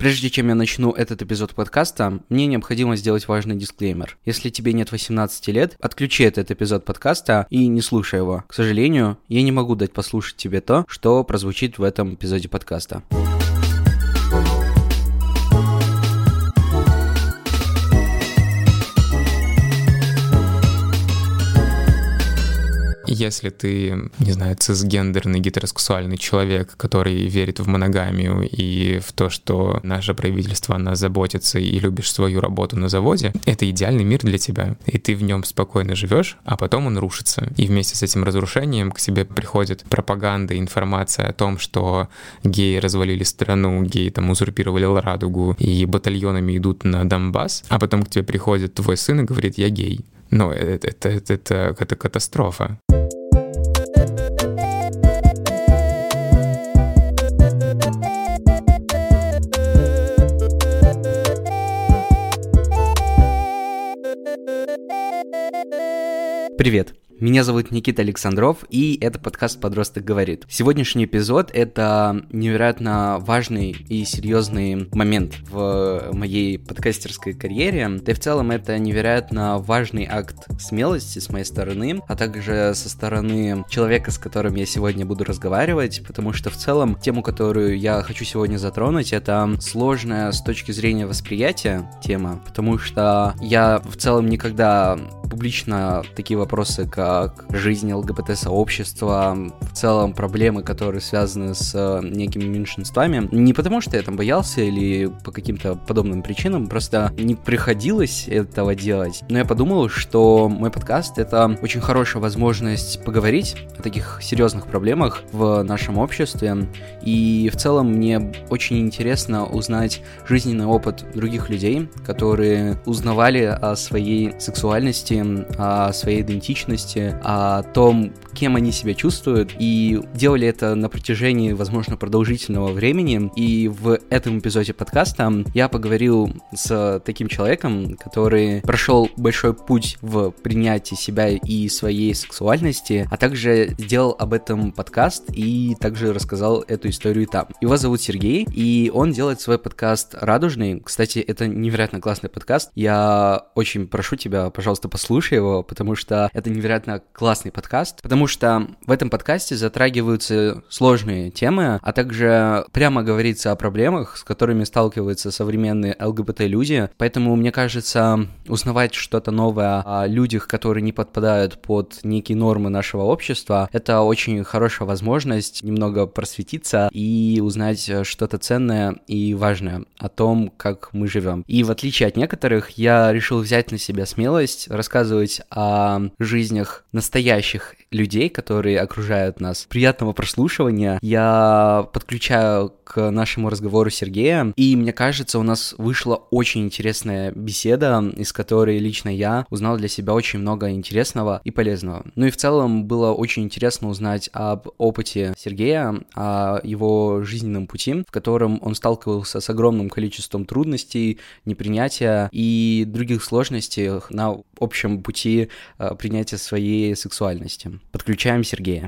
Прежде чем я начну этот эпизод подкаста, мне необходимо сделать важный дисклеймер. Если тебе нет 18 лет, отключи этот эпизод подкаста и не слушай его. К сожалению, я не могу дать послушать тебе то, что прозвучит в этом эпизоде подкаста. Если ты, не знаю, цисгендерный гетеросексуальный человек, который верит в моногамию и в то, что наше правительство о нас заботится и любишь свою работу на заводе, это идеальный мир для тебя. И ты в нем спокойно живешь, а потом он рушится. И вместе с этим разрушением к тебе приходит пропаганда, информация о том, что геи развалили страну, геи там узурпировали радугу и батальонами идут на Донбасс, а потом к тебе приходит твой сын и говорит: я гей. Ну, это катастрофа. Привет! Меня зовут Никита Александров, и это подкаст «Подросток говорит». Сегодняшний эпизод — это невероятно важный и серьезный момент в моей подкастерской карьере. Да и в целом это невероятно важный акт смелости с моей стороны, а также со стороны человека, с которым я сегодня буду разговаривать, потому что в целом тему, которую я хочу сегодня затронуть, это сложная с точки зрения восприятия тема, потому что я в целом никогда публично такие вопросы, как жизнь ЛГБТ-сообщества, в целом проблемы, которые связаны с некими меньшинствами, не потому что я там боялся или по каким-то подобным причинам, просто не приходилось этого делать. Но я подумал, что мой подкаст — это очень хорошая возможность поговорить о таких серьезных проблемах в нашем обществе, и в целом мне очень интересно узнать жизненный опыт других людей, которые узнавали о своей сексуальности, о своей идентичности, о том, кем они себя чувствуют, и делали это на протяжении, возможно, продолжительного времени. И в этом эпизоде подкаста я поговорил с таким человеком, который прошел большой путь в принятии себя и своей сексуальности, а также сделал об этом подкаст и также рассказал эту историю там. Его зовут Сергей, и он делает свой подкаст «Радужный». Кстати, это невероятно классный подкаст. Я очень прошу тебя, пожалуйста, послушай его, потому что это невероятно классный подкаст, потому что в этом подкасте затрагиваются сложные темы, а также прямо говорится о проблемах, с которыми сталкиваются современные ЛГБТ-люди, поэтому, мне кажется, узнавать что-то новое о людях, которые не подпадают под некие нормы нашего общества, это очень хорошая возможность немного просветиться и узнать что-то ценное и важное о том, как мы живем. И в отличие от некоторых, я решил взять на себя смелость рассказывать о жизнях настоящих людей, которые окружают нас. Приятного прослушивания. Я подключаю к нашему разговору Сергея, и мне кажется, у нас вышла очень интересная беседа, из которой лично я узнал для себя очень много интересного и полезного. Ну и в целом было очень интересно узнать об опыте Сергея, о его жизненном пути, в котором он сталкивался с огромным количеством трудностей, непринятия и других сложностей на общем пути принятия своей сексуальности. Подключаем Сергея.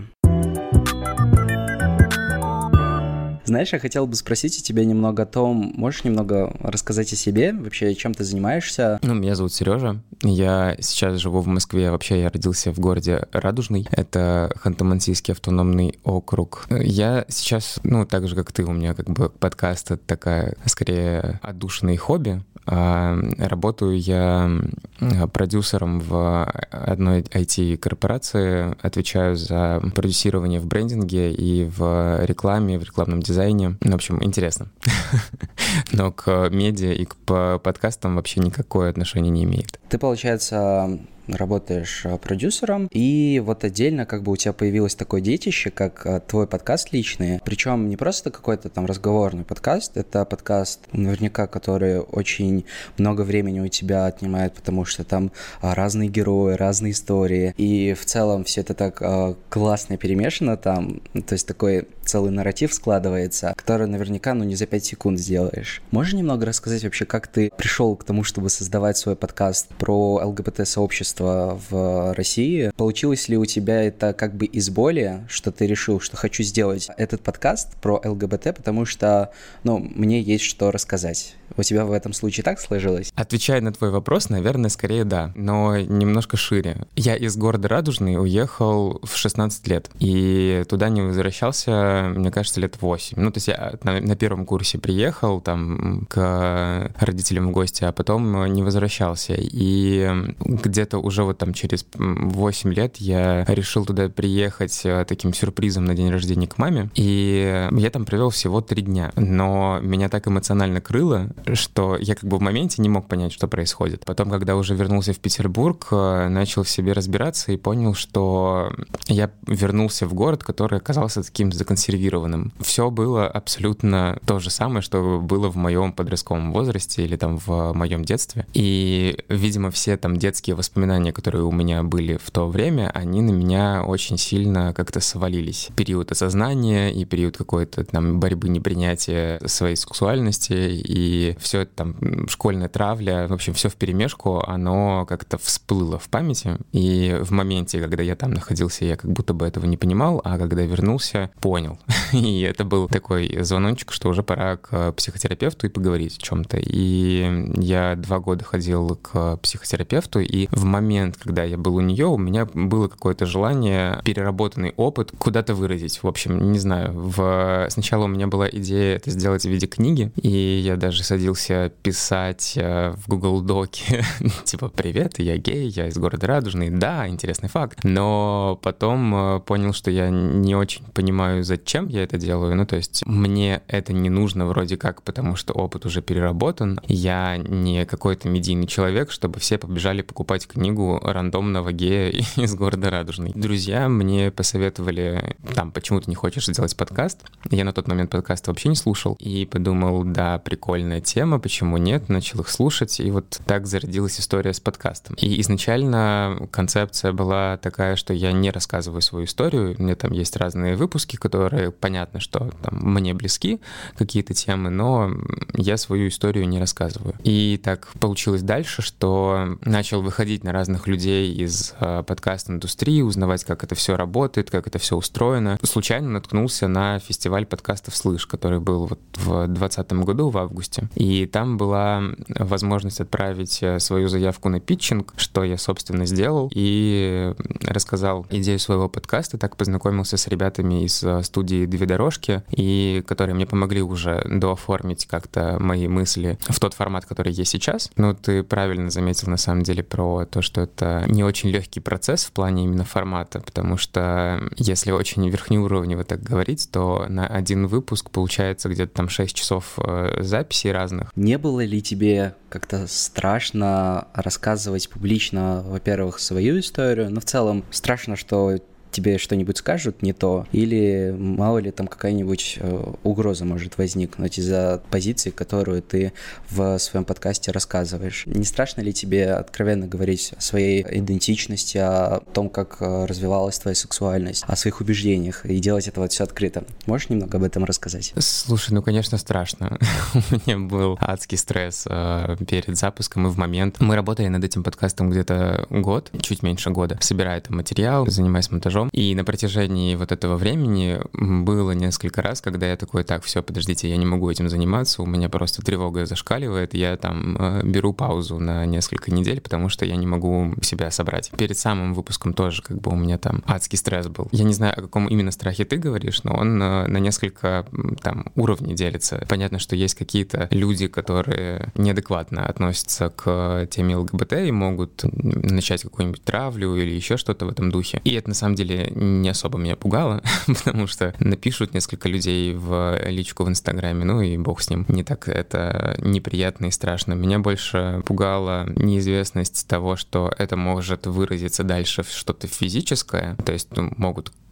Знаешь, я хотел бы спросить у тебя немного о том, можешь немного рассказать о себе, вообще, чем ты занимаешься? Меня зовут Сережа, я сейчас живу в Москве, вообще я родился в городе Радужный, это Ханты-Мансийский автономный округ. Я сейчас, так же, как ты, у меня как бы подкаст — это такая, скорее, отдушина и хобби. Работаю я продюсером в одной IT-корпорации, отвечаю за продюсирование в брендинге и в рекламе, в рекламном дизайне. В общем, интересно. Но к медиа и к подкастам вообще никакое отношение не имеет. Ты, получается, работаешь продюсером, и вот отдельно как бы у тебя появилось такое детище, как твой подкаст личный, причем не просто какой-то там разговорный подкаст, это подкаст наверняка, который очень много времени у тебя отнимает, потому что там разные герои, разные истории, и в целом все это так классно перемешано там, то есть такой целый нарратив складывается, который наверняка, не за 5 секунд сделаешь. Можешь немного рассказать вообще, как ты пришел к тому, чтобы создавать свой подкаст про ЛГБТ-сообщество сообщества в России. Получилось ли у тебя это как бы из боли, что ты решил, что хочу сделать этот подкаст про ЛГБТ, потому что, мне есть что рассказать? У тебя в этом случае так сложилось? Отвечая на твой вопрос, наверное, скорее да, но немножко шире. Я из города Радужный уехал в 16 лет, и туда не возвращался, мне кажется, лет 8. То есть я на первом курсе приехал там к родителям в гости, а потом не возвращался. И где-то уже вот там через 8 лет я решил туда приехать таким сюрпризом на день рождения к маме, и я там провел всего 3 дня. Но меня так эмоционально крыло, что я как бы в моменте не мог понять, что происходит. Потом, когда уже вернулся в Петербург, начал в себе разбираться и понял, что я вернулся в город, который оказался таким законсервированным. Все было абсолютно то же самое, что было в моем подростковом возрасте или там в моем детстве. И, видимо, все там детские воспоминания, которые у меня были в то время, они на меня очень сильно как-то свалились. Период осознания и период какой-то там борьбы, непринятия своей сексуальности и все это там школьная травля, в общем, все вперемешку, оно как-то всплыло в памяти. И в моменте, когда я там находился, я как будто бы этого не понимал, а когда вернулся, понял. И это был такой звоночек, что уже пора к психотерапевту и поговорить о чем-то. И я 2 года ходил к психотерапевту, и в момент, когда я был у нее, у меня было какое-то желание переработанный опыт куда-то выразить. В общем, не знаю, сначала у меня была идея это сделать в виде книги, и я даже садился писать в Google Доке, типа, привет, я гей, я из города Радужный, да, интересный факт. Но потом понял, что я не очень понимаю, зачем я это делаю. То есть мне это не нужно вроде как, потому что опыт уже переработан. Я не какой-то медийный человек, чтобы все побежали покупать книгу рандомного гея из города Радужный. Друзья мне посоветовали, почему ты не хочешь сделать подкаст? Я на тот момент подкаст вообще не слушал и подумал, да, прикольная тема, почему нет? Начал их слушать, и вот так зародилась история с подкастом. И изначально концепция была такая, что я не рассказываю свою историю. У меня там есть разные выпуски, которые понятно, что там мне близки какие-то темы, но я свою историю не рассказываю. И так получилось дальше, что начал выходить на разных людей из подкаст-индустрии, узнавать, как это все работает, как это все устроено. Случайно наткнулся на фестиваль подкастов «Слышь», который был вот в 2020 году, в августе. И там была возможность отправить свою заявку на питчинг, что я, собственно, сделал, и рассказал идею своего подкаста, так познакомился с ребятами из студии «Две дорожки», и которые мне помогли уже дооформить как-то мои мысли в тот формат, который есть сейчас. Ты правильно заметил, на самом деле, про то, что это не очень легкий процесс в плане именно формата, потому что если очень верхнеуровнево так говорить, то на один выпуск получается где-то там 6 часов записей разных. Не было ли тебе как-то страшно рассказывать публично, во-первых, свою историю, но в целом страшно, что тебе что-нибудь скажут не то, или мало ли там какая-нибудь угроза может возникнуть из-за позиции, которую ты в своем подкасте рассказываешь. Не страшно ли тебе откровенно говорить о своей идентичности, о том, как развивалась твоя сексуальность, о своих убеждениях и делать это все открыто? Можешь немного об этом рассказать? Слушай, конечно, страшно. У меня был адский стресс перед запуском и в момент. Мы работали над этим подкастом где-то год, чуть меньше года, собирая там материал, занимаясь монтажом. И на протяжении вот этого времени было несколько раз, когда я такой, так, все, подождите, я не могу этим заниматься, у меня просто тревога зашкаливает, я там беру паузу на несколько недель, потому что я не могу себя собрать. Перед самым выпуском тоже как бы у меня там адский стресс был. Я не знаю, о каком именно страхе ты говоришь, но он на несколько там уровней делится. Понятно, что есть какие-то люди, которые неадекватно относятся к теме ЛГБТ и могут начать какую-нибудь травлю или еще что-то в этом духе. И это на самом деле не особо меня пугало, потому что напишут несколько людей в личку в Инстаграме, и бог с ним. Не так это неприятно и страшно. Меня больше пугала неизвестность того, что это может выразиться дальше в что-то физическое, то есть могут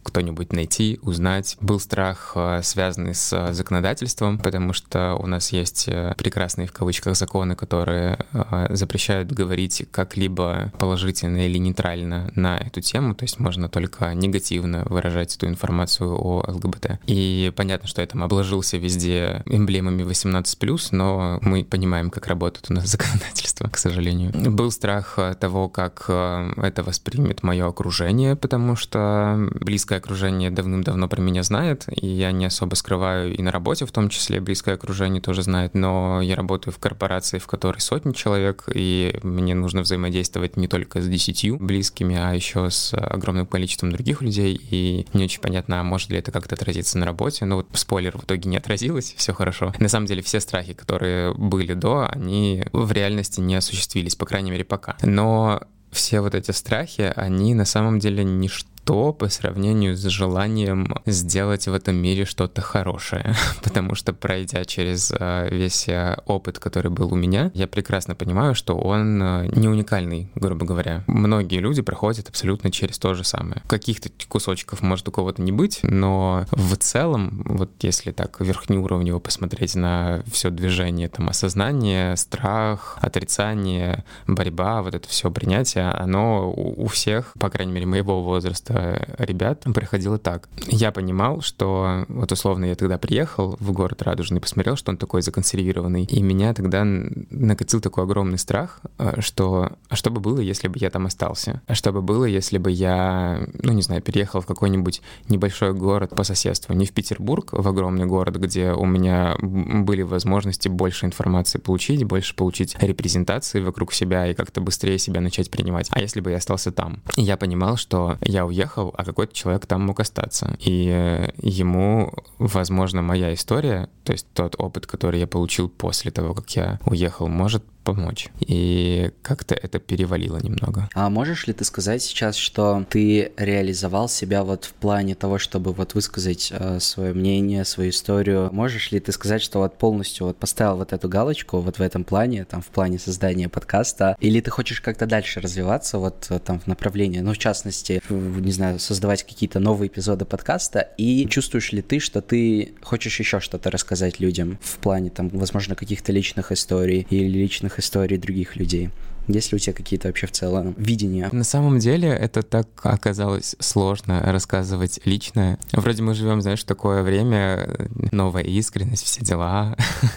кто-нибудь найти, узнать. Был страх, связанный с законодательством, потому что у нас есть прекрасные в кавычках законы, которые запрещают говорить как-либо положительно или нейтрально на эту тему, то есть можно только негативно выражать эту информацию о ЛГБТ. И понятно, что я там обложился везде эмблемами 18+, но мы понимаем, как работает у нас законодательство, к сожалению. Был страх того, как это воспримет мое окружение, потому что близкое окружение давным-давно про меня знает, и я не особо скрываю, и на работе в том числе близкое окружение тоже знает, но я работаю в корпорации, в которой сотни человек, и мне нужно взаимодействовать не только с 10 близкими, а еще с огромным количеством других людей, и не очень понятно, а может ли это как-то отразиться на работе. Но вот спойлер, в итоге не отразилось, все хорошо. На самом деле все страхи, которые были до, они в реальности не осуществились, по крайней мере, пока. Но все вот эти страхи, они на самом деле ничто по сравнению с желанием сделать в этом мире что-то хорошее. Потому что, пройдя через весь опыт, который был у меня, я прекрасно понимаю, что он не уникальный, грубо говоря. Многие люди проходят абсолютно через то же самое. Каких-то кусочков может у кого-то не быть, но в целом, вот если так верхнеуровнево посмотреть на все движение, там, осознание, страх, отрицание, борьба, вот это все принятие, оно у всех, по крайней мере, моего возраста, ребят проходило так. Я понимал, что вот условно я тогда приехал в город Радужный, посмотрел, что он такой законсервированный, и меня тогда накатил такой огромный страх, что а что бы было, если бы я там остался? А что бы было, если бы я, ну не знаю, переехал в какой-нибудь небольшой город по соседству, не в Петербург, в огромный город, где у меня были возможности больше информации получить, больше получить репрезентации вокруг себя и как-то быстрее себя начать принимать. А если бы я остался там? И я понимал, что я уехал, а какой-то человек там мог остаться. И ему, возможно, моя история, то есть тот опыт, который я получил после того, как я уехал, может помочь. И как-то это перевалило немного. А можешь ли ты сказать сейчас, что ты реализовал себя вот в плане того, чтобы вот высказать свое мнение, свою историю? Можешь ли ты сказать, что вот полностью вот поставил вот эту галочку вот в этом плане, там в плане создания подкаста? Или ты хочешь как-то дальше развиваться вот там в направлении, ну в частности, не знаю, создавать какие-то новые эпизоды подкаста? И чувствуешь ли ты, что ты хочешь еще что-то рассказать людям в плане там, возможно, каких-то личных историй или личных историй других людей? Есть ли у тебя какие-то вообще в целом видения? На самом деле это так оказалось сложно рассказывать личное. Вроде мы живем, знаешь, в такое время, новая искренность, все дела,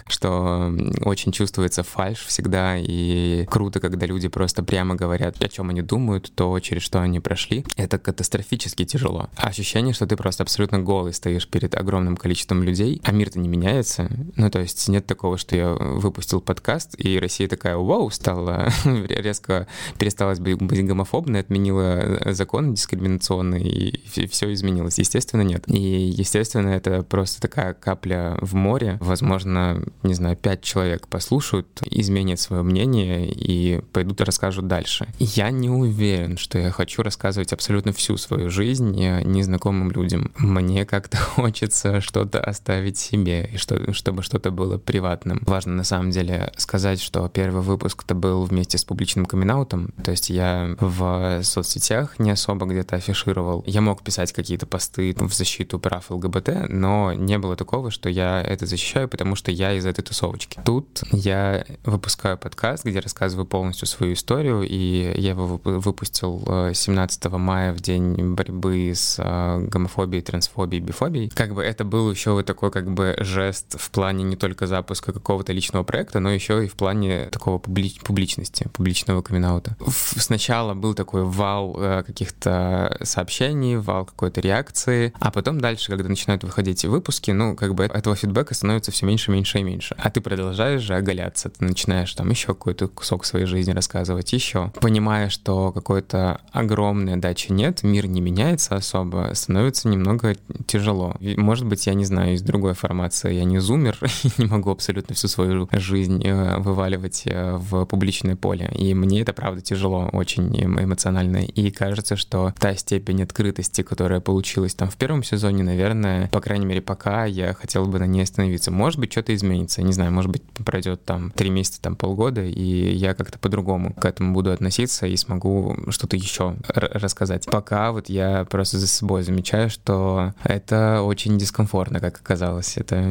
что очень чувствуется фальшь всегда, и круто, когда люди просто прямо говорят, о чем они думают, то, через что они прошли. Это катастрофически тяжело. Ощущение, что ты просто абсолютно голый стоишь перед огромным количеством людей, а мир-то не меняется. Ну, то есть нет такого, что я выпустил подкаст, и Россия такая, вау, стала резко перестала быть гомофобной, отменила законы дискриминационные, и все изменилось. Естественно, нет. И, естественно, это просто такая капля в море. Возможно, не знаю, 5 человек послушают, изменят свое мнение и пойдут и расскажут дальше. Я не уверен, что я хочу рассказывать абсолютно всю свою жизнь незнакомым людям. Мне как-то хочется что-то оставить себе, и чтобы что-то было приватным. Важно, на самом деле, сказать, что первый выпуск-то был вместе с публичным камин-аутом, то есть я в соцсетях не особо где-то афишировал. Я мог писать какие-то посты в защиту прав ЛГБТ, но не было такого, что я это защищаю, потому что я из этой тусовочки. Тут я выпускаю подкаст, где рассказываю полностью свою историю, и я его выпустил 17 мая в день борьбы с гомофобией, трансфобией, бифобией. Как бы это был еще такой как бы жест в плане не только запуска какого-то личного проекта, но еще и в плане такого публичности, публичного камин-аута. Сначала был такой вал каких-то сообщений, вал какой-то реакции, а потом дальше, когда начинают выходить выпуски, ну, как бы этого фидбэка становится все меньше, меньше и меньше. А ты продолжаешь же оголяться, ты начинаешь там еще какой-то кусок своей жизни рассказывать, еще. Понимая, что какой-то огромной отдачи нет, мир не меняется особо, становится немного тяжело. Может быть, я не знаю, из другой формации, я не зумер, не могу абсолютно всю свою жизнь вываливать в публичное поле. мне. И мне это, правда, тяжело очень эмоционально. И кажется, что та степень открытости, которая получилась там в первом сезоне, наверное, по крайней мере, пока я хотел бы на ней остановиться. Может быть, что-то изменится. Не знаю, может быть, пройдет там 3 месяца, там полгода, и я как-то по-другому к этому буду относиться и смогу что-то еще рассказать. Пока вот я просто за собой замечаю, что это очень дискомфортно, как оказалось. Это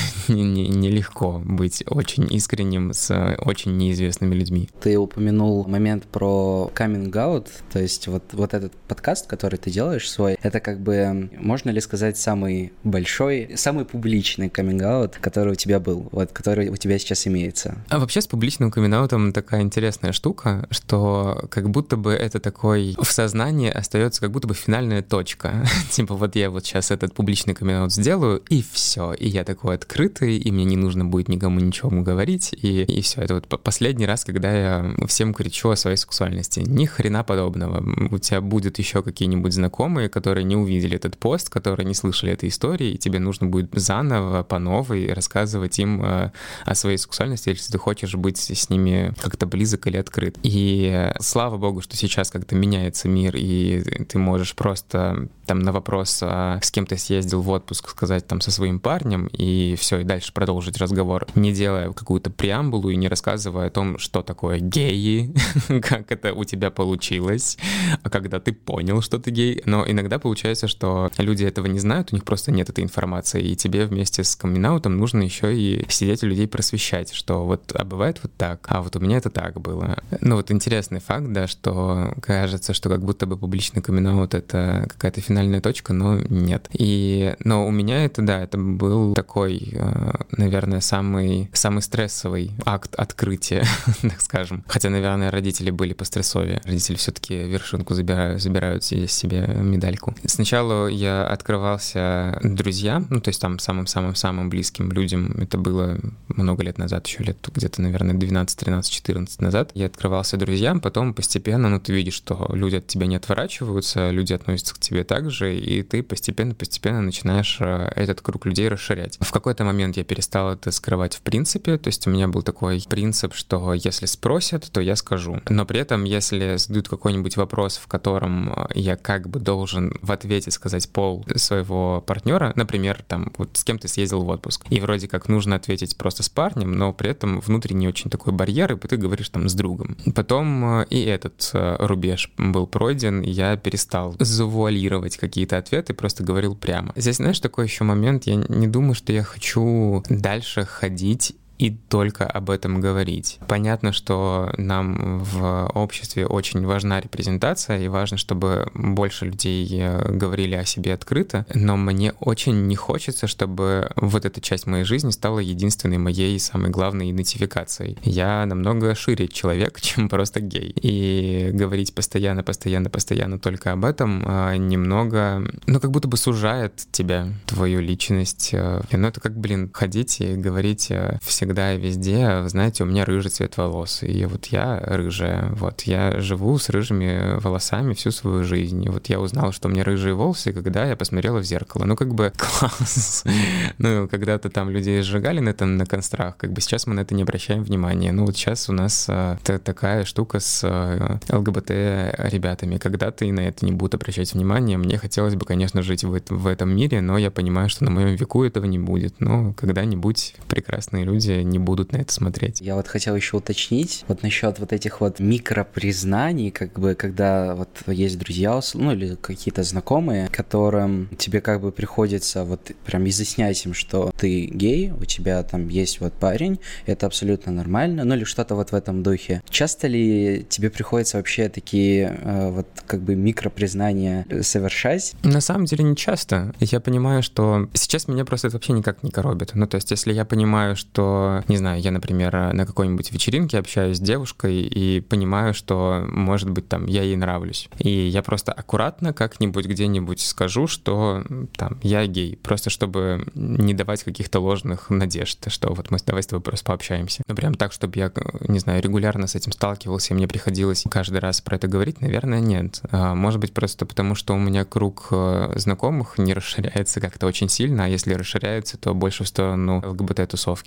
нелегко быть очень искренним с очень неизвестными людьми. Ты упомянул момент про coming out, то есть вот этот подкаст, который ты делаешь свой, это как бы, можно ли сказать, самый большой, самый публичный coming out, который у тебя был, вот, который у тебя сейчас имеется? А вообще с публичным камин-аутом такая интересная штука, что как будто бы это такой в сознании остается как будто бы финальная точка. Типа вот я вот сейчас этот публичный камин-аут сделаю, и все, и я такой открытый, и мне не нужно будет никому ничего говорить, и все. Это вот последний раз, когда я всем кричу о своей сексуальности. Ни хрена подобного. У тебя будут еще какие-нибудь знакомые, которые не увидели этот пост, которые не слышали этой истории, и тебе нужно будет заново, по новой рассказывать им о своей сексуальности, если ты хочешь быть с ними как-то близок или открыт. И слава богу, что сейчас как-то меняется мир, и ты можешь просто там на вопрос, с кем ты съездил в отпуск, сказать там со своим парнем, и все, и дальше продолжить разговор, не делая какую-то преамбулу и не рассказывая о том, что такое геи, как это у тебя получилось, а когда ты понял, что ты гей. Но иногда получается, что люди этого не знают, у них просто нет этой информации, и тебе вместе с камин-аутом нужно еще и сидеть и людей просвещать, что вот, а бывает вот так, а вот у меня это так было. Ну вот интересный факт, да, что кажется, что как будто бы публичный камин-аут — это какая-то финальная точка, но нет. Но у меня это, да, это был такой, наверное, самый стрессовый акт открытия, так скажем. Хотя, наверное, родители были пострессовее. Родители все-таки вершинку забирают себе медальку. Сначала я открывался друзьям, ну, то есть там самым-самым-самым близким людям. Это было много лет назад, еще лет где-то, наверное, 12, 13, 14 назад. Я открывался друзьям, потом постепенно, ну, ты видишь, что люди от тебя не отворачиваются, люди относятся к тебе так же, и ты постепенно начинаешь этот круг людей расширять. В какой-то момент я перестал это скрывать в принципе, то есть у меня был такой принцип, что если спросят, то я скажу. Но при этом, если задают какой-нибудь вопрос, в котором я как бы должен в ответе сказать пол своего партнера, например, там, вот с кем ты съездил в отпуск, и вроде как нужно ответить просто с парнем, но при этом внутренний очень такой барьер, и ты говоришь там с другом. Потом и этот рубеж был пройден, и я перестал завуалировать какие-то ответы, просто говорил прямо. Здесь, знаешь, такой еще момент, я не думаю, что я хочу дальше ходить и только об этом говорить. Понятно, что нам в обществе очень важна репрезентация, и важно, чтобы больше людей говорили о себе открыто, но мне очень не хочется, чтобы вот эта часть моей жизни стала единственной моей самой главной идентификацией. Я намного шире человек, чем просто гей. И говорить постоянно только об этом немного, ну, как будто бы сужает тебя, твою личность. Ну, это как, ходить и говорить всегда и везде, знаете, у меня рыжий цвет волос, и вот я рыжая, вот я живу с рыжими волосами всю свою жизнь, и вот я узнала, что у меня рыжие волосы, когда я посмотрела в зеркало. Ну, как бы класс. Ну, когда-то там людей сжигали на кострах, как бы сейчас мы на это не обращаем внимания. Ну, вот сейчас у нас такая штука с ЛГБТ-ребятами. Когда-то и на это не будут обращать внимание. Мне хотелось бы, конечно, жить в этом мире, но я понимаю, что на моем веку этого не будет. Но когда-нибудь прекрасные люди не будут на это смотреть. Я вот хотел еще уточнить вот насчет вот этих вот микропризнаний, как бы, когда вот есть друзья, ну, или какие-то знакомые, которым тебе как бы приходится вот прям изъяснять им, что ты гей, у тебя там есть вот парень, это абсолютно нормально, ну, или что-то вот в этом духе. Часто ли тебе приходится вообще такие вот как бы микропризнания совершать? На самом деле не часто. Я понимаю, что сейчас меня просто это вообще никак не коробит. Ну, то есть, если я понимаю, что, не знаю, я, например, на какой-нибудь вечеринке общаюсь с девушкой и понимаю, что, может быть, там, я ей нравлюсь. И я просто аккуратно как-нибудь где-нибудь скажу, что там, я гей. Просто чтобы не давать каких-то ложных надежд, что вот мы давай с тобой просто пообщаемся. Но прям так, чтобы я, не знаю, регулярно с этим сталкивался, и мне приходилось каждый раз про это говорить, наверное, нет. Может быть, просто потому, что у меня круг знакомых не расширяется как-то очень сильно, а если расширяется, то больше в сторону ЛГБТ-тусовки. Но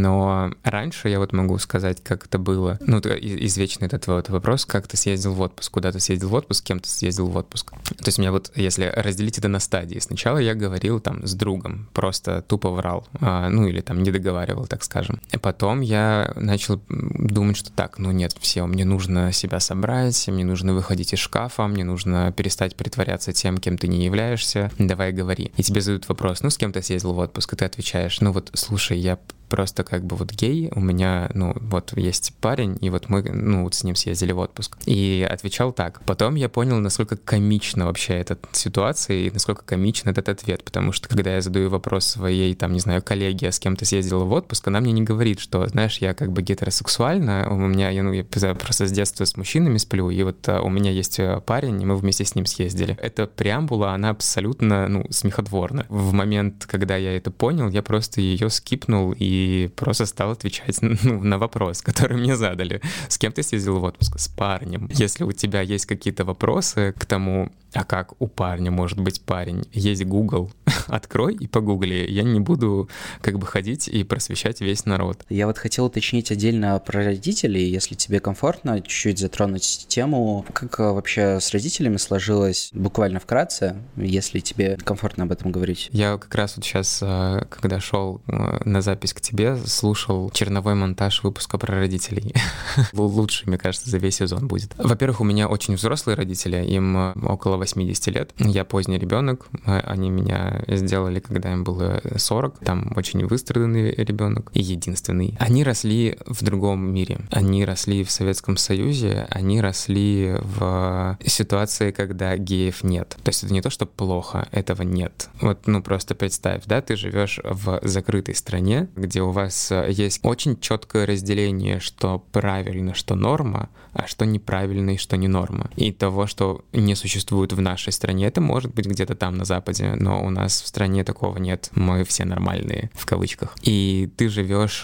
Но раньше я вот могу сказать, как это было. Ну, извечный этот вот вопрос, как ты съездил в отпуск, куда ты съездил в отпуск, с кем ты съездил в отпуск. То есть у меня вот, если разделить это на стадии, сначала я говорил там с другом, просто тупо врал, ну или там не договаривал, так скажем. И потом я начал думать, что так, ну нет, все, мне нужно себя собрать, мне нужно выходить из шкафа, мне нужно перестать притворяться тем, кем ты не являешься, давай говори. И тебе задают вопрос, ну с кем ты съездил в отпуск, и ты отвечаешь, ну вот, слушай, я просто как бы вот гей, у меня, ну, вот есть парень, и вот мы, ну, вот с ним съездили в отпуск. И отвечал так. Потом я понял, насколько комична вообще эта ситуация, и насколько комичен этот ответ, потому что, когда я задаю вопрос своей, там, не знаю, коллеге, с кем ты съездила в отпуск, она мне не говорит, что, знаешь, я как бы гетеросексуальна, у меня, я просто с детства с мужчинами сплю, и вот у меня есть парень, и мы вместе с ним съездили. Эта преамбула, она абсолютно, ну, смехотворна. В момент, когда я это понял, я просто ее скипнул и просто стал отвечать на вопрос, который мне задали. С кем ты съездил в отпуск? С парнем. Если у тебя есть какие-то вопросы к тому, а как у парня может быть парень, есть Google, открой и погугли. Я не буду как бы ходить и просвещать весь народ. Я вот хотел уточнить отдельно про родителей, если тебе комфортно, чуть-чуть затронуть тему, как вообще с родителями сложилось, буквально вкратце, если тебе комфортно об этом говорить. Я как раз вот сейчас, когда шел на запись к тебе, слушал черновой монтаж выпуска про родителей. Лучший, мне кажется, за весь сезон будет. Во-первых, у меня очень взрослые родители, им около 80 лет. Я поздний ребенок, они меня сделали, когда им было 40. Там очень выстраданный ребенок и единственный. Они росли в другом мире. Они росли в Советском Союзе, они росли в ситуации, когда геев нет. То есть это не то, что плохо, этого нет. Вот, ну просто представь, да, ты живешь в закрытой стране, где у вас есть очень четкое разделение, что правильно, что норма, а что неправильно и что не норма. И того, что не существует в нашей стране, это может быть где-то там на Западе, но у нас в стране такого нет. Мы все нормальные, в кавычках. И ты живешь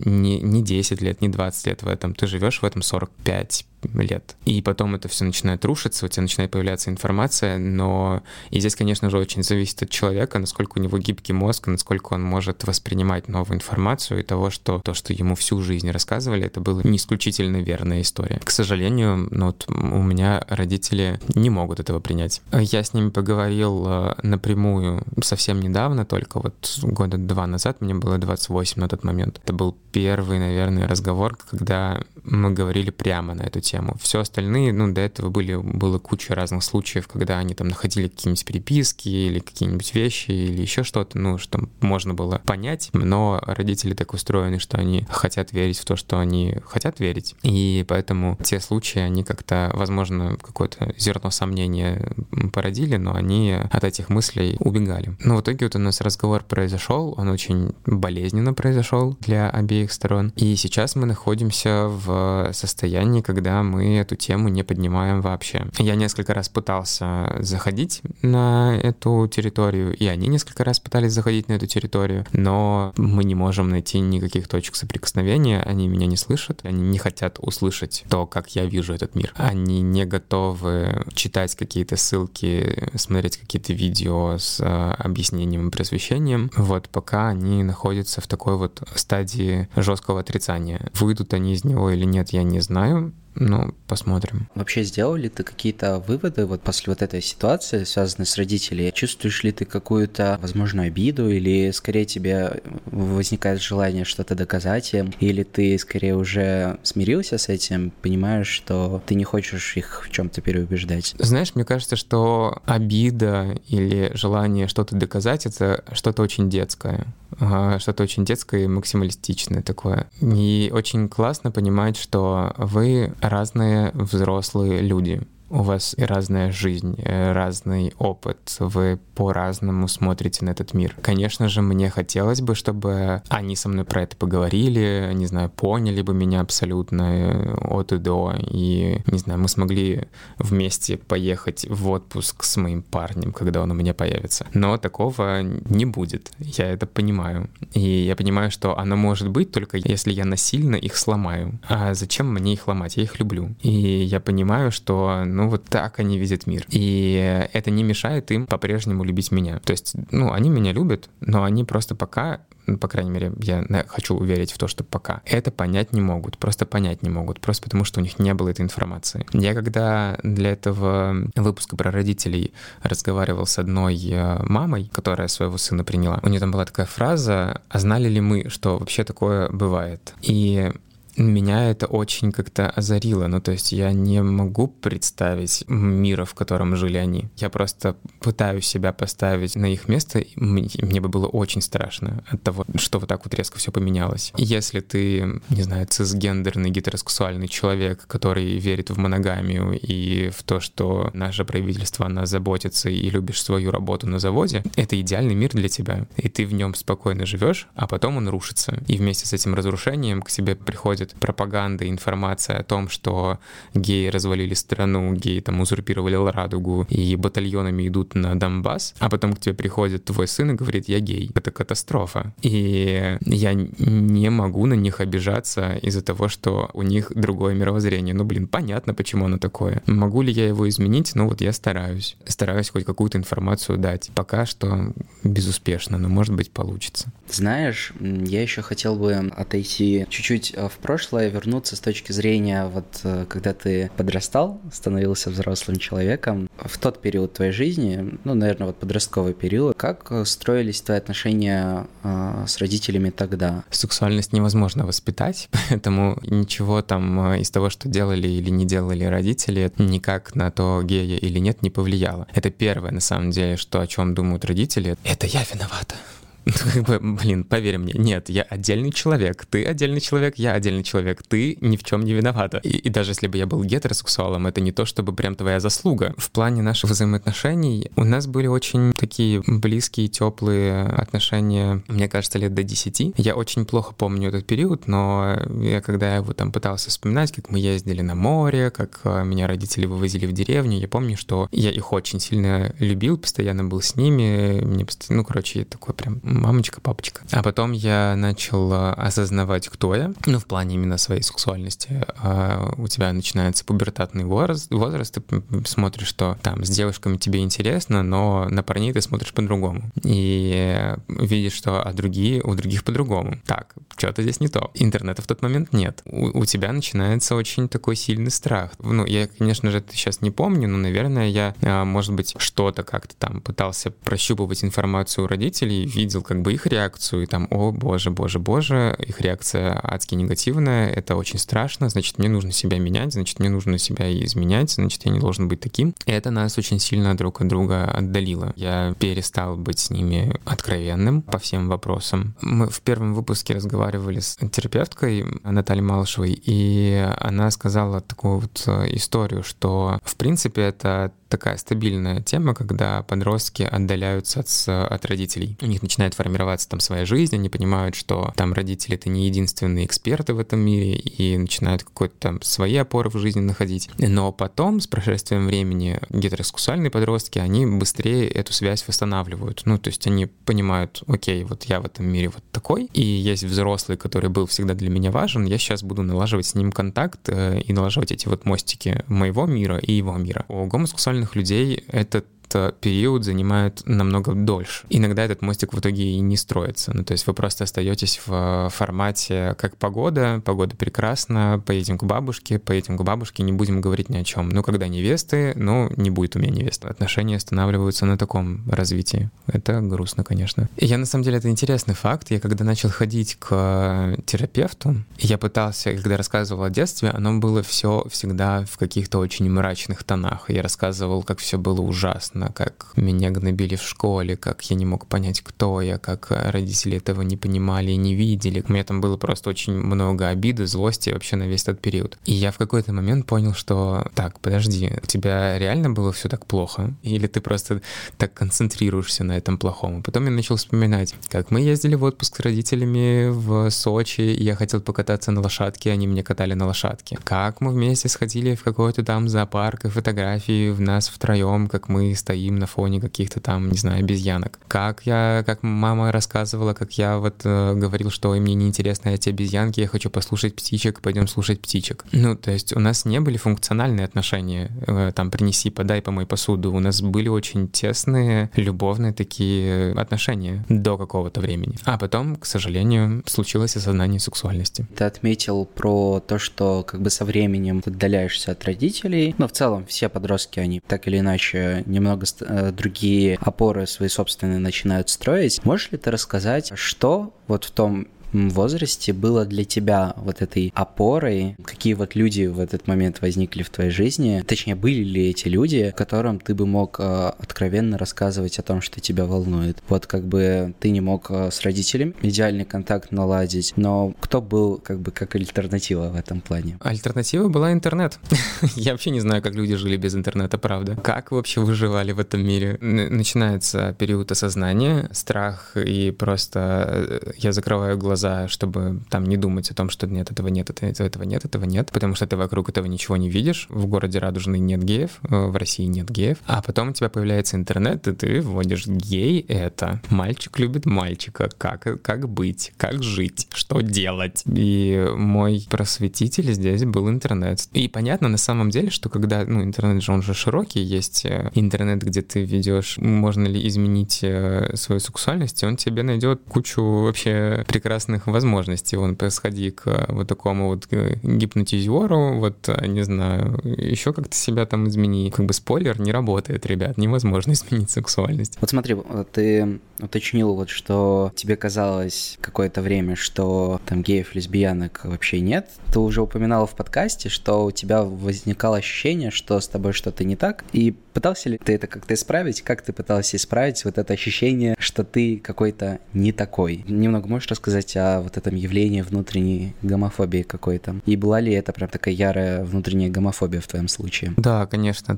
не 10 лет, не 20 лет в этом, ты живешь в этом 45 лет. И потом это все начинает рушиться, у тебя начинает появляться информация, но и здесь, конечно же, очень зависит от человека, насколько у него гибкий мозг, насколько он может воспринимать новую информацию, и того, что то, что ему всю жизнь рассказывали, это была не исключительно верная история. К сожалению, ну, вот у меня родители не могут этого принять. Я с ними поговорил напрямую совсем недавно, только вот года 2 назад, мне было 28 на тот момент. Это был первый, наверное, разговор, когда мы говорили прямо на эту тему. Все остальные, ну, до этого было куча разных случаев, когда они там находили какие-нибудь переписки или какие-нибудь вещи или еще что-то, ну, что можно было понять, но родители так устроены, что они хотят верить в то, что они хотят верить, и поэтому те случаи, они как-то, возможно, какое-то зерно сомнения породили, но они от этих мыслей убегали. Но в итоге вот у нас разговор произошел, он очень болезненно произошел для обеих сторон, и сейчас мы находимся в состоянии, когда мы эту тему не поднимаем вообще. Я несколько раз пытался заходить на эту территорию, и они несколько раз пытались заходить на эту территорию, но мы не можем найти никаких точек соприкосновения, они меня не слышат, они не хотят услышать то, как я вижу этот мир. Они не готовы читать какие-то ссылки, смотреть какие-то видео с объяснением и просвещением, вот пока они находятся в такой вот стадии жесткого отрицания. Выйдут они из него или нет, я не знаю. Ну, посмотрим. Вообще, сделал ли ты какие-то выводы вот после вот этой ситуации, связанной с родителями? Чувствуешь ли ты какую-то, возможно, обиду, или скорее тебе возникает желание что-то доказать им, или ты скорее уже смирился с этим, понимаешь, что ты не хочешь их в чем-то переубеждать? Знаешь, мне кажется, что обида или желание что-то доказать — это что-то очень детское. Что-то очень детское и максималистичное такое. И очень классно понимать, что вы разные взрослые люди. У вас разная жизнь, разный опыт, вы по-разному смотрите на этот мир. Конечно же, мне хотелось бы, чтобы они со мной про это поговорили, не знаю, поняли бы меня абсолютно от и до, и, не знаю, мы смогли вместе поехать в отпуск с моим парнем, когда он у меня появится. Но такого не будет, я это понимаю. И я понимаю, что оно может быть только если я насильно их сломаю. А зачем мне их ломать? Я их люблю. И я понимаю, что, ну, вот так они видят мир. И это не мешает им по-прежнему любить меня. То есть, ну, они меня любят, но они просто пока по крайней мере, я хочу уверить в то, что пока, это понять не могут, просто потому что у них не было этой информации. Я когда для этого выпуска про родителей разговаривал с одной мамой, которая своего сына приняла, у нее там была такая фраза: «А знали ли мы, что вообще такое бывает?» И меня это очень как-то озарило. Ну, то есть я не могу представить мира, в котором жили они. Я просто пытаюсь себя поставить на их место, и мне бы было очень страшно от того, что вот так вот резко все поменялось. И если ты, не знаю, цисгендерный, гетеросексуальный человек, который верит в моногамию и в то, что наше правительство о нас заботится, и любишь свою работу на заводе, это идеальный мир для тебя. И ты в нем спокойно живешь, а потом он рушится. И вместе с этим разрушением к тебе приходит пропаганда, информация о том, что геи развалили страну, геи там узурпировали радугу и батальонами идут на Донбасс, а потом к тебе приходит твой сын и говорит: «Я гей». Это катастрофа. И я не могу на них обижаться из-за того, что у них другое мировоззрение. Ну, понятно, почему оно такое. Могу ли я его изменить? Ну, вот я стараюсь. Стараюсь хоть какую-то информацию дать. Пока что безуспешно, но, может быть, получится. Знаешь, я еще хотел бы отойти чуть-чуть в прошлое, вернуться с точки зрения, вот когда ты подрастал, становился взрослым человеком, в тот период твоей жизни, ну, наверное, вот подростковый период, как строились твои отношения с родителями тогда? Сексуальность невозможно воспитать, поэтому ничего там из того, что делали или не делали родители, никак на то, гея или нет, не повлияло. Это первое, на самом деле, о чем думают родители. Это я виновата. Поверь мне, нет, я отдельный человек, ты отдельный человек, я отдельный человек, ты ни в чем не виновата. И даже если бы я был гетеросексуалом, это не то, чтобы прям твоя заслуга. В плане наших взаимоотношений у нас были очень такие близкие, теплые отношения, мне кажется, лет до 10. Я очень плохо помню этот период, но когда я его там пытался вспоминать, как мы ездили на море, как меня родители вывозили в деревню, я помню, что я их очень сильно любил, постоянно был с ними, мне постоянно, я такой прям мамочка, папочка. А потом я начал осознавать, кто я, в плане именно своей сексуальности. У тебя начинается пубертатный возраст, ты смотришь, что там с девушками тебе интересно, но на парней ты смотришь по-другому. И видишь, что у других по-другому. Так, что-то здесь не то. Интернета в тот момент нет. У тебя начинается очень такой сильный страх. Я, конечно же, это сейчас не помню, но, наверное, я, может быть, что-то как-то там пытался прощупывать информацию у родителей, видел как бы их реакцию, и там: «О, боже, их реакция адски негативная, это очень страшно, значит, мне нужно себя менять, значит, мне нужно себя изменять, значит, я не должен быть таким». И это нас очень сильно друг от друга отдалило. Я перестал быть с ними откровенным по всем вопросам. Мы в первом выпуске разговаривали с терапевткой Натальей Малышевой, и она сказала такую вот историю, что, в принципе, это такая стабильная тема, когда подростки отдаляются от родителей. У них начинает формироваться там своя жизнь, они понимают, что там родители — это не единственные эксперты в этом мире, и начинают какой-то там свои опоры в жизни находить. Но потом, с прошествием времени, гетеросексуальные подростки, они быстрее эту связь восстанавливают. То есть они понимают: окей, вот я в этом мире вот такой, и есть взрослый, который был всегда для меня важен, я сейчас буду налаживать с ним контакт и налаживать эти вот мостики моего мира и его мира. У гомосексуальных людей этот период занимает намного дольше. Иногда этот мостик в итоге и не строится. То есть вы просто остаетесь в формате как погода прекрасна, поедем к бабушке, не будем говорить ни о чем. Когда невесты, не будет у меня невесты. Отношения останавливаются на таком развитии. Это грустно, конечно. И я, на самом деле, это интересный факт. Я когда начал ходить к терапевту, я пытался, когда рассказывал о детстве, оно было все всегда в каких-то очень мрачных тонах. Я рассказывал, как все было ужасно, как меня гнобили в школе, как я не мог понять, кто я, как родители этого не понимали и не видели. У меня там было просто очень много обиды, злости вообще на весь этот период. И я в какой-то момент понял, что так, подожди, у тебя реально было все так плохо? Или ты просто так концентрируешься на этом плохом? И потом я начал вспоминать, как мы ездили в отпуск с родителями в Сочи, и я хотел покататься на лошадке, они меня катали на лошадке. Как мы вместе сходили в какой-то там зоопарк, и фотографии в нас втроем, как мы стояли стоим на фоне каких-то там, не знаю, обезьянок. Как мама рассказывала, как я вот говорил, что мне неинтересны эти обезьянки, я хочу послушать птичек, пойдем слушать птичек. Ну, то есть у нас не были функциональные отношения, там, принеси, подай, помой посуду. У нас были очень тесные, любовные такие отношения до какого-то времени. А потом, к сожалению, случилось осознание сексуальности. Ты отметил про то, что как бы со временем ты отдаляешься от родителей. Но в целом все подростки, они так или иначе немного другие опоры свои собственные начинают строить. Можешь ли ты рассказать, что вот в том возрасте было для тебя вот этой опорой? Какие вот люди в этот момент возникли в твоей жизни? Точнее, были ли эти люди, которым ты бы мог откровенно рассказывать о том, что тебя волнует? Вот как бы ты не мог с родителями идеальный контакт наладить, но кто был как бы как альтернатива в этом плане? Альтернатива была интернет. Я вообще не знаю, как люди жили без интернета, правда. Как вообще выживали в этом мире? Начинается период осознания, страх, и просто я закрываю глаза, чтобы там не думать о том, что нет, этого нет, этого нет, этого нет, потому что ты вокруг этого ничего не видишь. В городе Радужный нет геев, в России нет геев. А потом у тебя появляется интернет, и ты вводишь гей — это мальчик любит мальчика, как быть, как жить, что делать. И мой просветитель здесь был интернет. И понятно на самом деле, что когда, интернет же, он же широкий, есть интернет, где ты ведешь, можно ли изменить свою сексуальность, и он тебе найдет кучу вообще прекрасных возможностей. Вон, сходи к вот такому вот гипнотизеру, вот, не знаю, еще как-то себя там измени. Как бы спойлер, не работает, ребят, невозможно изменить сексуальность. Вот смотри, ты уточнил вот, что тебе казалось какое-то время, что там геев, лесбиянок вообще нет. Ты уже упоминала в подкасте, что у тебя возникало ощущение, что с тобой что-то не так, и пытался ли ты это как-то исправить? Как ты пытался исправить вот это ощущение, что ты какой-то не такой? Немного можешь рассказать о вот этом явлении внутренней гомофобии какой-то? И была ли это прям такая ярая внутренняя гомофобия в твоем случае? Да, конечно.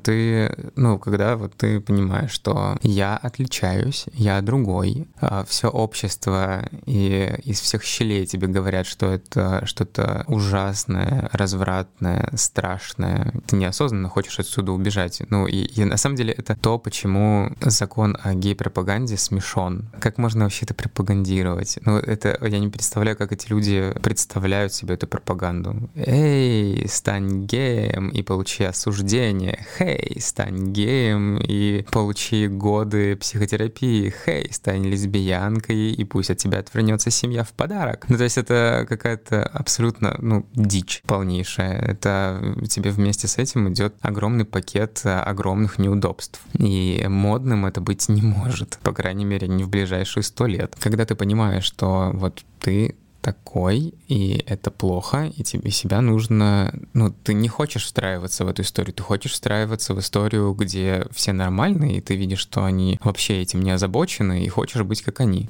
Когда вот ты понимаешь, что я отличаюсь, я другой, все общество и из всех щелей тебе говорят, что это что-то ужасное, развратное, страшное. Ты неосознанно хочешь отсюда убежать. И на самом деле это то, почему закон о гей-пропаганде смешон. Как можно вообще это пропагандировать? Это я не представляю, как эти люди представляют себе эту пропаганду. Эй, стань геем и получи осуждение. Хей, стань геем и получи годы психотерапии. Хей, стань лесбиянкой и пусть от тебя отвернется семья в подарок. То есть это какая-то абсолютно, дичь полнейшая. Это тебе вместе с этим идет огромный пакет огромных неудобств. И модным это быть не может. По крайней мере, не в ближайшие 100 лет. Когда ты понимаешь, что вот ты такой, и это плохо, и тебе себя нужно... ты не хочешь встраиваться в эту историю, ты хочешь встраиваться в историю, где все нормальные, и ты видишь, что они вообще этим не озабочены, и хочешь быть как они.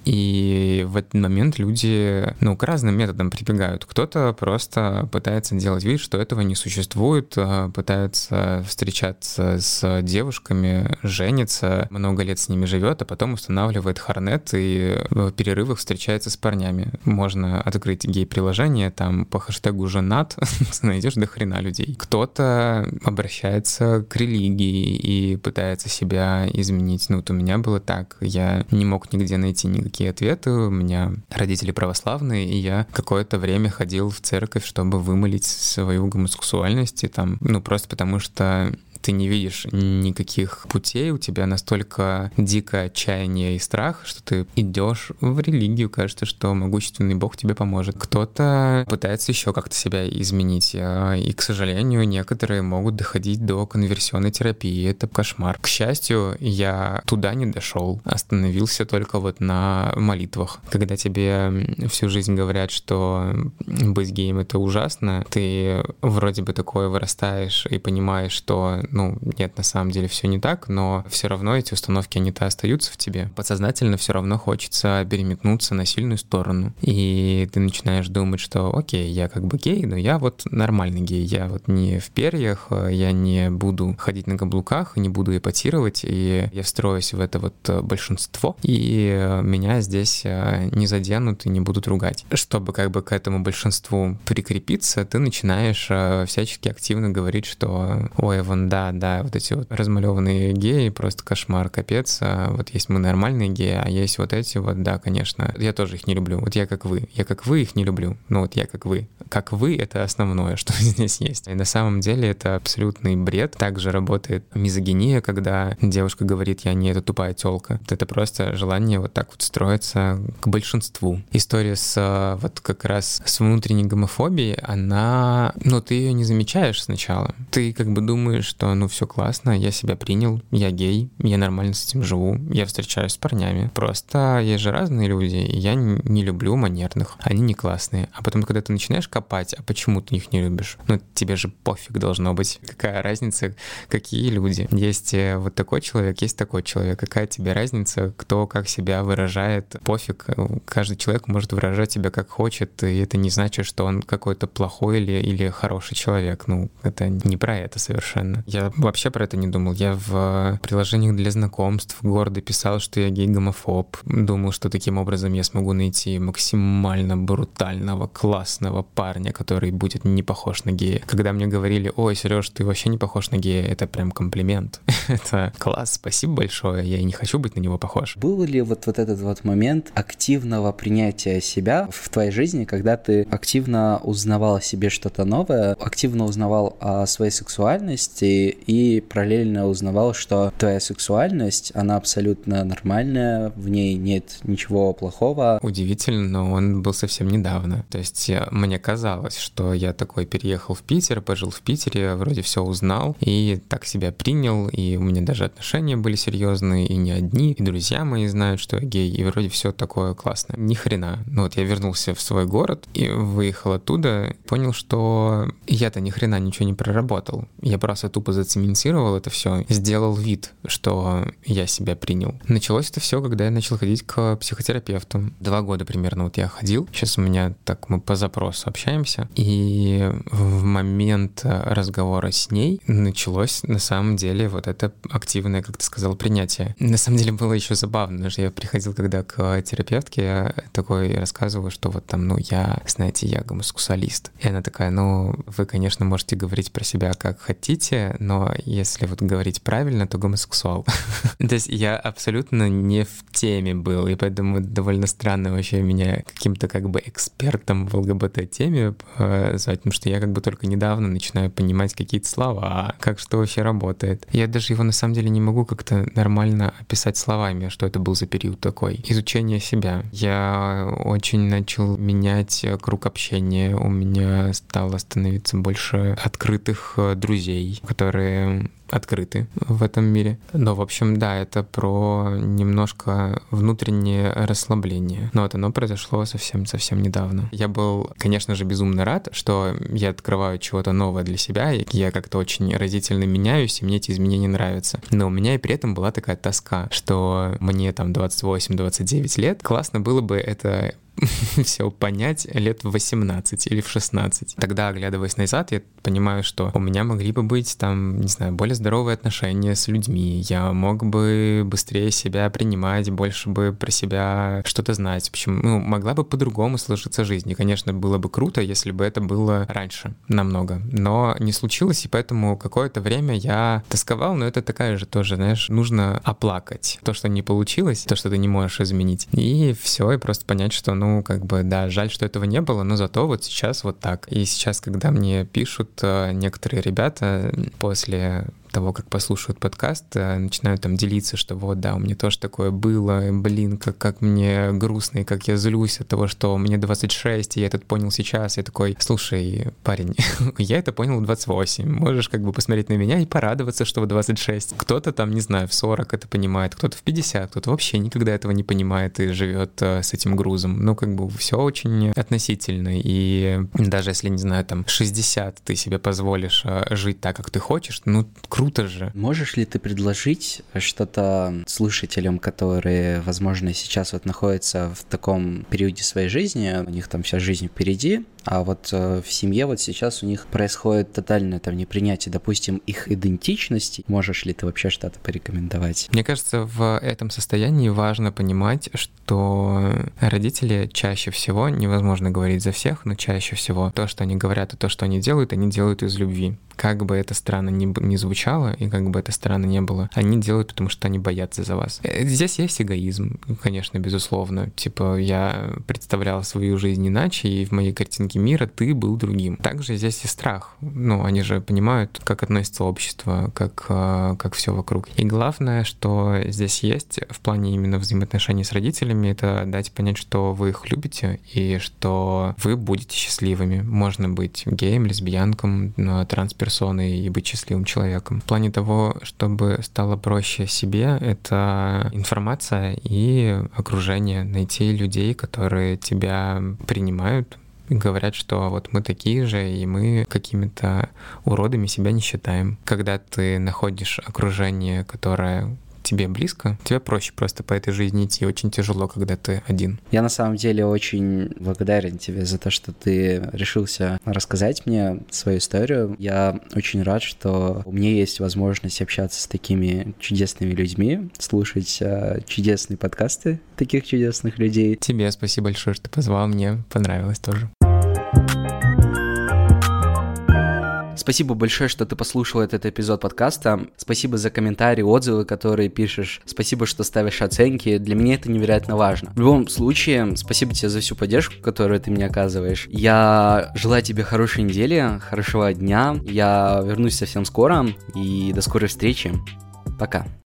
И в этот момент люди, к разным методам прибегают. Кто-то просто пытается делать вид, что этого не существует, пытается встречаться с девушками, женится, много лет с ними живет, а потом устанавливает Хорнет и в перерывах встречается с парнями. Можно открыть гей-приложение, там по хэштегу «женат» найдешь до хрена людей. Кто-то обращается к религии и пытается себя изменить. У меня было так. Я не мог нигде найти никакие ответы. У меня родители православные, и я какое-то время ходил в церковь, чтобы вымолить свою гомосексуальность. И там, просто потому что ты не видишь никаких путей, у тебя настолько дикое отчаяние и страх, что ты идешь в религию, кажется, что могущественный Бог тебе поможет. Кто-то пытается еще как-то себя изменить, и, к сожалению, некоторые могут доходить до конверсионной терапии. Это кошмар. К счастью, я туда не дошел, остановился только вот на молитвах. Когда тебе всю жизнь говорят, что быть геем — это ужасно, ты вроде бы такое вырастаешь и понимаешь, что нет, на самом деле все не так, но все равно эти установки, они-то остаются в тебе. Подсознательно все равно хочется переметнуться на сильную сторону. И ты начинаешь думать, что окей, я как бы гей, но я вот нормальный гей, я вот не в перьях, я не буду ходить на каблуках, не буду эпатировать, и я встроюсь в это вот большинство, и меня здесь не заденут и не будут ругать. Чтобы как бы к этому большинству прикрепиться, ты начинаешь всячески активно говорить, что ой, вон да, Да, вот эти вот размалеванные геи, просто кошмар, капец. Вот есть мы нормальные геи, а есть вот эти вот, да, конечно. Я тоже их не люблю. Вот я как вы. Я как вы их не люблю. Но вот я как вы. Как вы — это основное, что здесь есть. И на самом деле это абсолютный бред. Также работает мизогиния, когда девушка говорит: я не эта тупая тёлка. Это просто желание вот так вот строиться к большинству. История с вот как раз с внутренней гомофобией, она... Ну, ты ее не замечаешь сначала. Ты как бы думаешь, что ну все классно, я себя принял, я гей, я нормально с этим живу, я встречаюсь с парнями. Просто есть же разные люди, и я не люблю манерных. Они не классные. А потом, когда ты начинаешь копать, а почему ты их не любишь? Ну, тебе же пофиг должно быть. Какая разница, какие люди? Есть вот такой человек, есть такой человек. Какая тебе разница, кто как себя выражает? Пофиг. Каждый человек может выражать себя как хочет, и это не значит, что он какой-то плохой или хороший человек. Ну, это не про это совершенно. Я вообще про это не думал. Я в приложениях для знакомств гордо писал, что я гей-гомофоб. Думал, что таким образом я смогу найти максимально брутального, классного парня, который будет не похож на гея. Когда мне говорили: ой, Сереж, ты вообще не похож на гея, это прям комплимент. Это класс, спасибо большое, я и не хочу быть на него похож. Был ли вот этот вот момент активного принятия себя в твоей жизни, когда ты активно узнавал о себе что-то новое, активно узнавал о своей сексуальности и параллельно узнавал, что твоя сексуальность, она абсолютно нормальная, в ней нет ничего плохого? Удивительно, но он был совсем недавно. То есть мне казалось, что я такой переехал в Питер, пожил в Питере, вроде все узнал и так себя принял, и у меня даже отношения были серьезные, и не одни, и друзья мои знают, что я гей, и вроде все такое классное. Ни хрена. Ну вот я вернулся в свой город и выехал оттуда, понял, что я-то ни хрена ничего не проработал. Я просто тупо зацементировал это все, сделал вид, что я себя принял. Началось это все, когда я начал ходить к психотерапевту. 2 года примерно вот я ходил. Сейчас у меня так мы по запросу общаемся. И в момент разговора с ней началось на самом деле вот это активное, как ты сказал, принятие. На самом деле было еще забавно, что я приходил когда к терапевтке, я такой рассказываю, что вот там, ну, я, знаете, я гомосексуалист. И она такая: ну, вы, конечно, можете говорить про себя как хотите, но если вот говорить правильно, то гомосексуал. То есть я абсолютно не в теме был, и поэтому довольно странно вообще меня каким-то как бы экспертом в ЛГБТ-теме звать, потому что я как бы только недавно начинаю понимать какие-то слова, как что вообще работает. Я даже его на самом деле не могу как-то нормально описать словами, что это был за период такой. Изучение себя. Я очень начал менять круг общения, у меня стало становиться больше открытых друзей, которые открыты в этом мире. Но, в общем, да, это про немножко внутреннее расслабление. Но вот оно произошло совсем недавно. Я был, конечно же, безумно рад, что я открываю чего-то новое для себя, и я как-то очень разительно меняюсь, и мне эти изменения нравятся. Но у меня и при этом была такая тоска, что мне там 28-29 лет, классно было бы это все понять лет в 18 или в 16. Тогда, оглядываясь назад, я понимаю, что у меня могли бы быть там, не знаю, более здоровые отношения с людьми, я мог бы быстрее себя принимать, больше бы про себя что-то знать. В общем, ну, могла бы по-другому сложиться жизнь. И, конечно, было бы круто, если бы это было раньше намного. Но не случилось, и поэтому какое-то время я тосковал, но это такая же тоже, знаешь, нужно оплакать то, что не получилось, то, что ты не можешь изменить. И все, и просто понять, что, ну, как бы, да, жаль, что этого не было, но зато вот сейчас вот так. И сейчас, когда мне пишут некоторые ребята после того, как послушают подкаст, начинают там делиться, что вот, да, у меня тоже такое было, блин, как мне грустно, и как я злюсь от того, что мне 26, и я это понял сейчас. Я такой: слушай, парень, я это понял в 28, можешь как бы посмотреть на меня и порадоваться, что в 26. Кто-то там, не знаю, в 40 это понимает, кто-то в 50, кто-то вообще никогда этого не понимает и живет с этим грузом. Ну, как бы все очень относительно, и даже если, не знаю, там 60 ты себе позволишь жить так, как ты хочешь, ну, круто же. Можешь ли ты предложить что-то слушателям, которые, возможно, сейчас вот находятся в таком периоде своей жизни, у них там вся жизнь впереди, а вот в семье вот сейчас у них происходит тотальное там непринятие, допустим, их идентичности. Можешь ли ты вообще что-то порекомендовать? Мне кажется, в этом состоянии важно понимать, что родители чаще всего, невозможно говорить за всех, но чаще всего то, что они говорят и то, что они делают из любви. Как бы это странно ни звучало, начала, и как бы это странно не было, они делают, потому что они боятся за вас. Здесь есть эгоизм, конечно, безусловно. Типа, я представлял свою жизнь иначе, и в моей картинке мира ты был другим. Также здесь и страх. Ну, они же понимают, как относится общество, как все вокруг. И главное, что здесь есть в плане именно взаимоотношений с родителями, это дать понять, что вы их любите и что вы будете счастливыми. Можно быть геем, лесбиянком, трансперсоной и быть счастливым человеком. В плане того, чтобы стало проще себе, это информация и окружение. Найти людей, которые тебя принимают, говорят, что вот мы такие же, и мы какими-то уродами себя не считаем. Когда ты находишь окружение, которое тебе близко, тебе проще просто по этой жизни идти. Очень тяжело, когда ты один. Я на самом деле очень благодарен тебе за то, что ты решился рассказать мне свою историю. Я очень рад, что у меня есть возможность общаться с такими чудесными людьми, слушать чудесные подкасты таких чудесных людей. Тебе спасибо большое, что позвал, мне понравилось тоже. Спасибо большое, что ты послушал этот эпизод подкаста. Спасибо за комментарии, отзывы, которые пишешь. Спасибо, что ставишь оценки. Для меня это невероятно важно. В любом случае, спасибо тебе за всю поддержку, которую ты мне оказываешь. Я желаю тебе хорошей недели, хорошего дня. Я вернусь совсем скоро. И до скорой встречи. Пока.